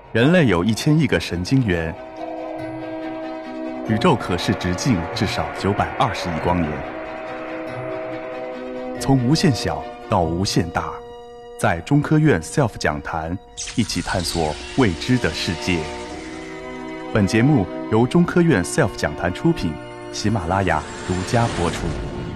人类有1000亿个神经元，宇宙可视直径至少920亿光年。从无限小到无限大，在中科院 SELF 讲坛一起探索未知的世界。本节目由中科院 SELF 讲坛出品，喜马拉雅独家播出。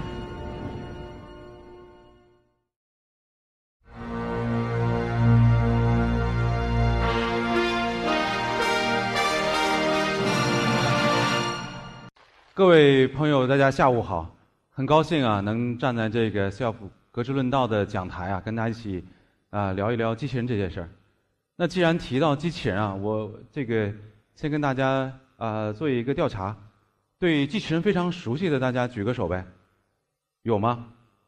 各位朋友，大家下午好！很高兴啊，能站在这个 SELF 格致论道的讲台啊，跟大家一起聊一聊机器人这件事儿。那既然提到机器人啊，我先跟大家做一个调查，对机器人非常熟悉的大家举个手呗，有吗？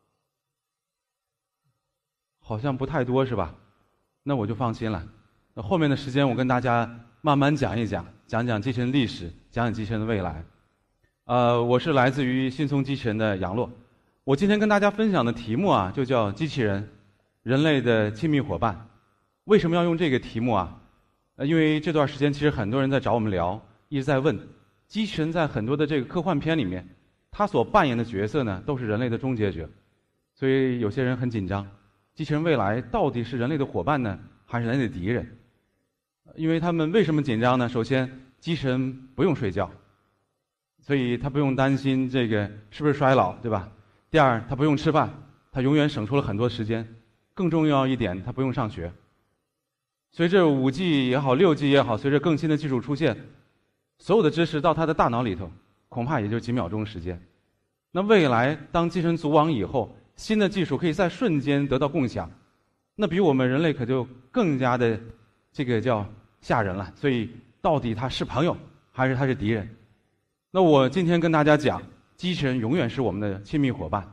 好像不太多是吧？那我就放心了。那后面的时间我跟大家慢慢讲一讲，讲讲机器人历史，讲讲机器人的未来。我是来自于信松机器人的杨洛。我今天跟大家分享的题目啊，就叫机器人，人类的亲密伙伴。为什么要用这个题目啊？因为这段时间其实很多人在找我们聊，一直在问，机器人在很多的这个科幻片里面，它所扮演的角色呢，都是人类的终结者。所以有些人很紧张，机器人未来到底是人类的伙伴呢，还是人类的敌人？因为他们为什么紧张呢？首先，机器人不用睡觉。所以他不用担心这个是不是衰老，对吧？第二，他不用吃饭，他永远省出了很多时间。更重要一点，他不用上学。随着5G 也好，6G 也好，随着更新的技术出现，所有的知识到他的大脑里头，恐怕也就几秒钟时间。那未来当机器人组网以后，新的技术可以在瞬间得到共享，那比我们人类可就更加的这个叫吓人了。所以到底他是朋友还是他是敌人？那我今天跟大家讲，机器人永远是我们的亲密伙伴。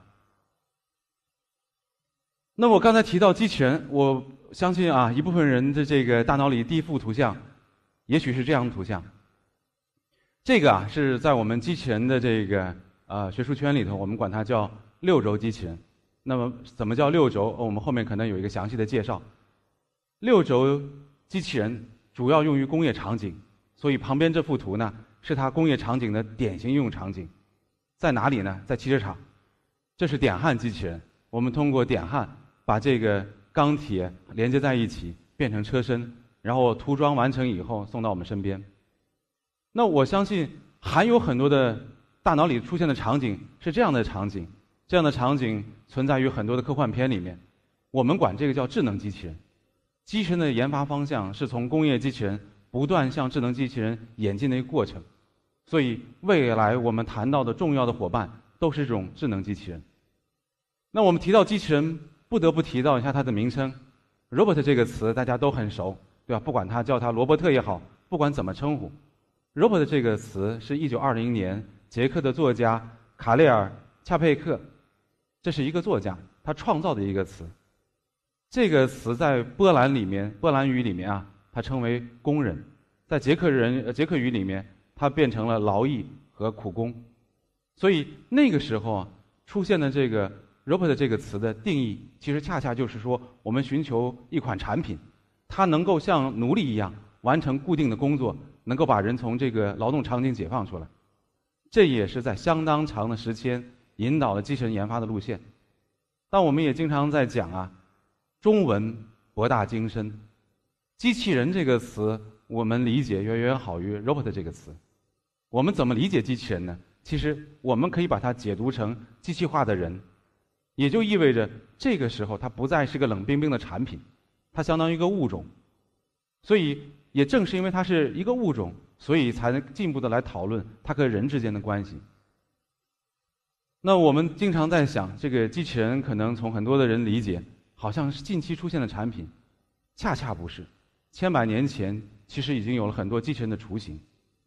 那我刚才提到机器人，我相信啊，一部分人的这个大脑里第一幅图像，也许是这样的图像。这个啊是在我们机器人的这个学术圈里头，我们管它叫6轴机器人。那么怎么叫6轴？我们后面可能有一个详细的介绍。6轴机器人主要用于工业场景，所以旁边这幅图呢，是它工业场景的典型应用场景，在哪里呢？在汽车厂。这是点焊机器人，我们通过点焊把这个钢铁连接在一起，变成车身，然后涂装完成以后送到我们身边。那我相信还有很多的大脑里出现的场景是这样的场景，这样的场景存在于很多的科幻片里面。我们管这个叫智能机器人。机器人的研发方向是从工业机器人不断向智能机器人演进的一个过程。所以未来我们谈到的重要的伙伴都是这种智能机器人。那我们提到机器人，不得不提到一下它的名称 ，robot 这个词大家都很熟，对吧？不管它叫它罗伯特也好，不管怎么称呼 ，robot 这个词是1920年捷克的作家卡列尔·恰佩克，这是一个作家，他创造的一个词。这个词在波兰语里面啊，它称为工人；在捷克语里面，它变成了劳役和苦工。所以那个时候啊，出现的这个 robot 这个词的定义，其实恰恰就是说，我们寻求一款产品，它能够像奴隶一样完成固定的工作，能够把人从这个劳动场景解放出来。这也是在相当长的时间引导了机器人研发的路线。但我们也经常在讲啊，中文博大精深，机器人这个词我们理解远远好于 robot 这个词。我们怎么理解机器人呢？其实我们可以把它解读成机器化的人，也就意味着这个时候它不再是个冷冰冰的产品，它相当于一个物种。所以也正是因为它是一个物种，所以才能进一步的来讨论它和人之间的关系。那我们经常在想，这个机器人可能从很多的人理解，好像是近期出现的产品，恰恰不是。千百年前其实已经有了很多机器人的雏形。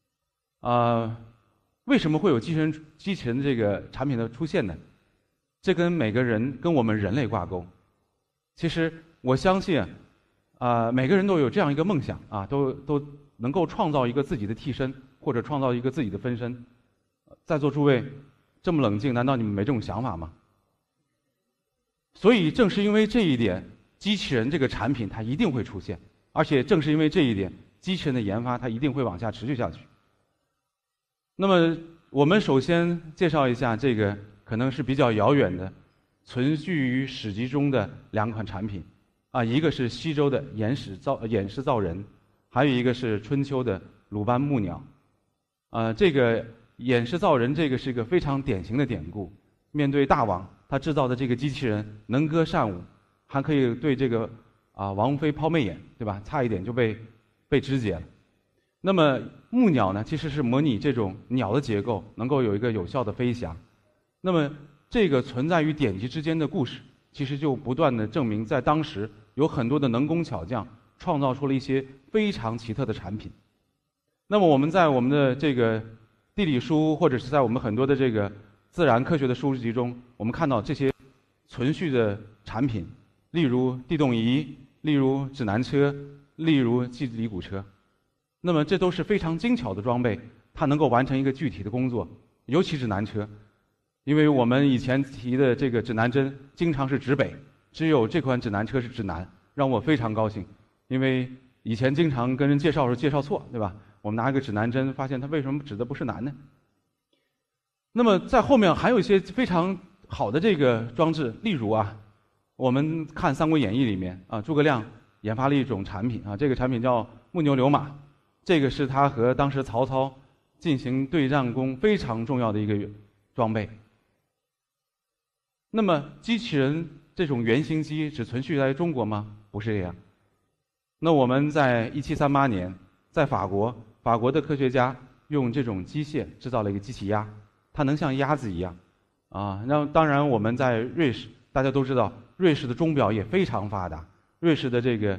为什么会有机器人这个产品的出现呢？这跟每个人跟我们人类挂钩。其实我相信每个人都有这样一个梦想啊，都能够创造一个自己的替身，或者创造一个自己的分身。在座诸位这么冷静，难道你们没这种想法吗？所以正是因为这一点，机器人这个产品它一定会出现，而且正是因为这一点， 机器人的研发它一定会往下持续下去。那么我们首先介绍一下这个可能是比较遥远的，存续于史籍中的2款产品，一个是西周的偃师造人，还有一个是春秋的鲁班木鸟。这个偃师造人这个是一个非常典型的典故。面对大王，他制造的这个机器人能歌善舞，还可以对这个王妃抛媚眼，对吧？差一点就被肢解了。那么木鸟呢，其实是模拟这种鸟的结构，能够有一个有效的飞翔。那么这个存在于典籍之间的故事，其实就不断的证明，在当时有很多的能工巧匠创造出了一些非常奇特的产品。那么我们在我们的这个地理书，或者是在我们很多的这个自然科学的书籍中，我们看到这些存续的产品，例如地动仪，例如指南车，例如季里古车。那么这都是非常精巧的装备，它能够完成一个具体的工作，尤其指南车。因为我们以前提的这个指南针经常是指北，只有这款指南车是指南，让我非常高兴。因为以前经常跟人介绍的时候介绍错，对吧？我们拿一个指南针，发现它为什么指的不是南呢？那么在后面还有一些非常好的这个装置，例如我们看《三国演义》里面诸葛亮研发了一种产品这个产品叫木牛流马，这个是他和当时曹操进行对战中非常重要的一个装备。那么机器人这种原型机只存续在中国吗？不是这样。那我们在1738年，在法国的科学家用这种机械制造了一个机器鸭，它能像鸭子一样那当然我们在瑞士，大家都知道瑞士的钟表也非常发达。瑞士的这个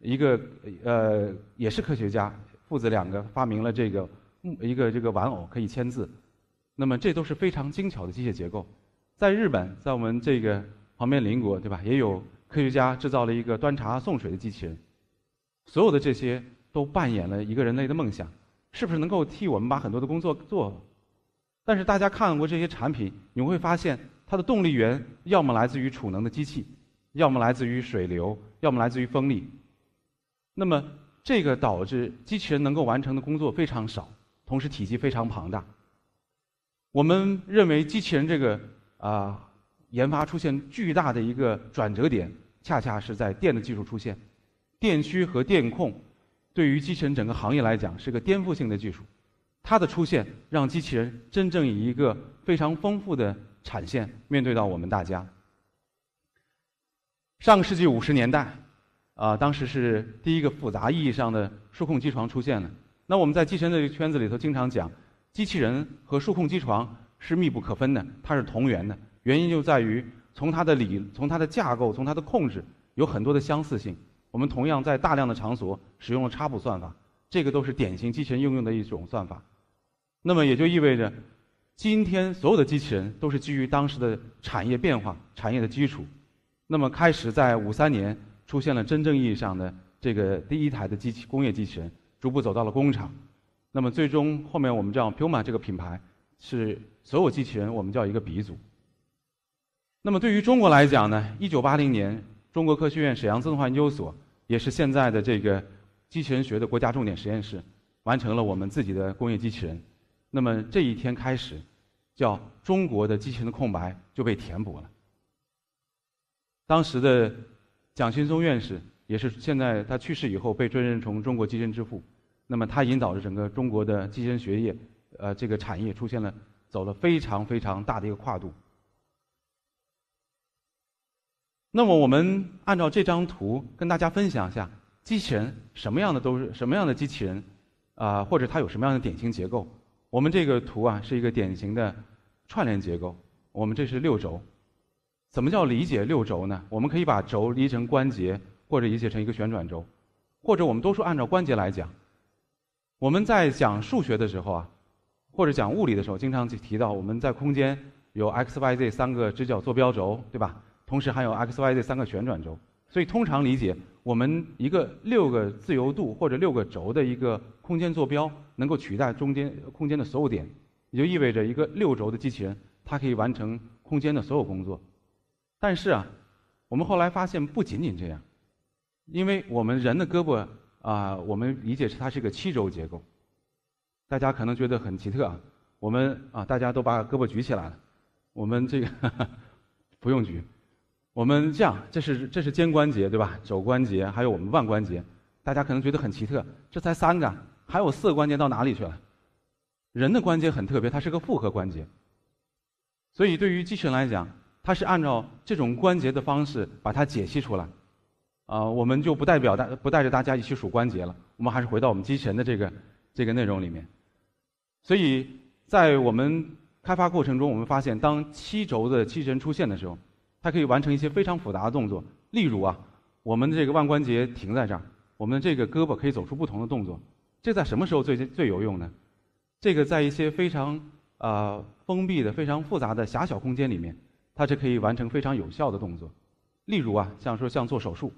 也是科学家，父子2个发明了这个玩偶可以签字。那么这都是非常精巧的机械结构。在日本，在我们这个旁边邻国，对吧？也有科学家制造了一个端茶送水的机器人。所有的这些都扮演了一个人类的梦想，是不是能够替我们把很多的工作做了？但是大家看过这些产品，你会发现它的动力源要么来自于储能的机器，要么来自于水流，要么来自于风力。那么这个导致机器人能够完成的工作非常少，同时体积非常庞大。我们认为机器人这个研发出现巨大的一个转折点，恰恰是在电的技术出现。电驱和电控对于机器人整个行业来讲是个颠覆性的技术，它的出现让机器人真正以一个非常丰富的产线面对到我们大家。上个世纪50年代当时是第一个复杂意义上的数控机床出现了。那我们在机器人的圈子里头经常讲，机器人和数控机床是密不可分的，它是同源的。原因就在于从它的架构，从它的控制有很多的相似性。我们同样在大量的场所使用了插谱算法，这个都是典型机器人应用的一种算法。那么也就意味着，今天所有的机器人都是基于当时的产业变化、产业的基础。那么开始在53年出现了真正意义上的这个第一台的工业机器人，逐步走到了工厂。那么最终后面我们叫 Puma 这个品牌是所有机器人我们叫一个鼻祖。那么对于中国来讲呢，1980年中国科学院沈阳自动化研究所也是现在的这个机器人学的国家重点实验室，完成了我们自己的工业机器人。那么这一天开始，叫中国的机器人的空白就被填补了。当时的蒋勋松院士也是现在他去世以后被追认成中国机器人之父。那么他引导着整个中国的机器人学业这个产业走了非常非常大的一个跨度。那么我们按照这张图跟大家分享一下，机器人什么样的机器人或者它有什么样的典型结构。我们这个图是一个典型的串联结构，我们这是6轴。怎么叫理解6轴呢？我们可以把轴理成关节，或者理解成一个旋转轴，或者我们多数按照关节来讲。我们在讲数学的时候或者讲物理的时候，经常提到我们在空间有 x、y、z 3个直角坐标轴，对吧？同时还有 x、y、z 3个旋转轴。所以通常理解，我们一个6个自由度或者6个轴的一个空间坐标，能够取代中间空间的所有点，也就意味着一个6轴的机器人，它可以完成空间的所有工作。但是我们后来发现不仅仅这样，因为我们人的胳膊我们理解它是一个7轴结构。大家可能觉得很奇特啊，我们大家都把胳膊举起来了，我们这个不用举，我们这样，这是肩关节对吧？肘关节还有我们腕关节，大家可能觉得很奇特，这才3个，还有4个关节到哪里去了？人的关节很特别，它是个复合关节，所以对于机器人来讲，它是按照这种关节的方式把它解析出来。我们就不带着大家一起数关节了，我们还是回到我们机器人的这个内容里面。所以在我们开发过程中，我们发现，当7轴的机器人出现的时候，它可以完成一些非常复杂的动作。例如我们这个腕关节停在这儿，我们这个胳膊可以走出不同的动作。这在什么时候最有用呢？这个在一些非常封闭的、非常复杂的狭小空间里面，它是可以完成非常有效的动作。例如像做手术，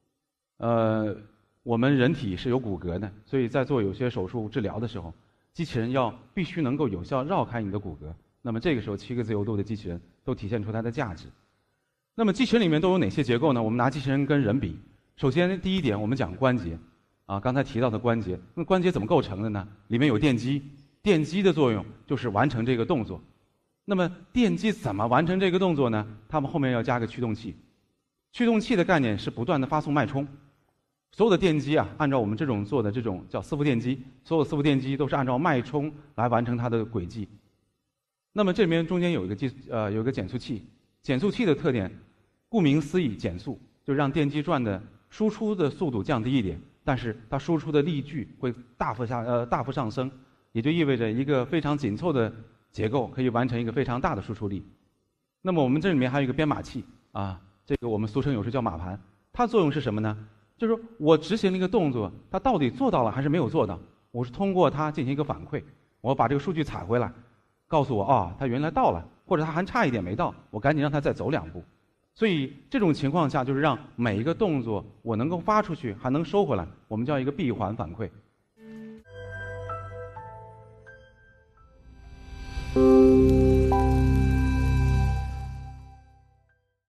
我们人体是有骨骼的，所以在做有些手术治疗的时候，机器人必须能够有效绕开你的骨骼。那么这个时候7个自由度的机器人都体现出它的价值。那么机器人里面都有哪些结构呢？我们拿机器人跟人比，首先第一点，我们讲关节，刚才提到的关节，那关节怎么构成的呢？里面有电机，电机的作用就是完成这个动作。那么电机怎么完成这个动作呢？它们后面要加个驱动器，驱动器的概念是不断的发送脉冲。所有的电机按照我们这种做的这种叫伺服电机，所有的伺服电机都是按照脉冲来完成它的轨迹。那么这里面中间有一个减速器，减速器的特点，顾名思义，减速就让电机转的输出的速度降低一点，但是它输出的力矩会大幅上升，也就意味着一个非常紧凑的结构可以完成一个非常大的输出力。那么我们这里面还有一个编码器这个我们俗称有时叫码盘，它作用是什么呢？就是说我执行了一个动作，它到底做到了还是没有做到？我是通过它进行一个反馈，我把这个数据采回来，告诉我它原来到了，或者它还差一点没到，我赶紧让它再走2步。所以这种情况下，就是让每一个动作我能够发出去，还能收回来，我们叫一个闭环反馈。